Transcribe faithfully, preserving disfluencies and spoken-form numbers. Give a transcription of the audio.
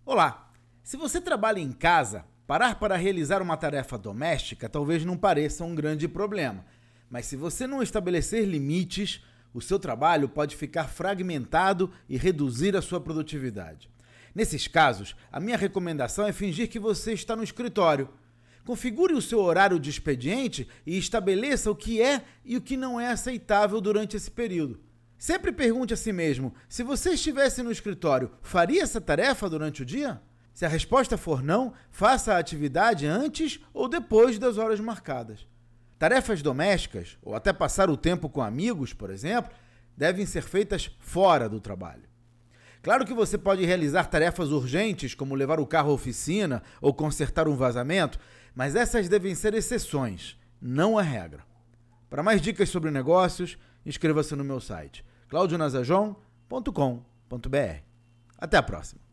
Olá! Se você trabalha em casa, parar para realizar uma tarefa doméstica talvez não pareça um grande problema. Mas se você não estabelecer limites, o seu trabalho pode ficar fragmentado e reduzir a sua produtividade. Nesses casos, a minha recomendação é fingir que você está no escritório. Configure o seu horário de expediente e estabeleça o que é e o que não é aceitável durante esse período. Sempre pergunte a si mesmo, se você estivesse no escritório, faria essa tarefa durante o dia? Se a resposta for não, faça a atividade antes ou depois das horas marcadas. Tarefas domésticas, ou até passar o tempo com amigos, por exemplo, devem ser feitas fora do trabalho. Claro que você pode realizar tarefas urgentes, como levar o carro à oficina ou consertar um vazamento, mas essas devem ser exceções, não a regra. Para mais dicas sobre negócios, inscreva-se no meu site claudio nazajon ponto com ponto br. Até a próxima!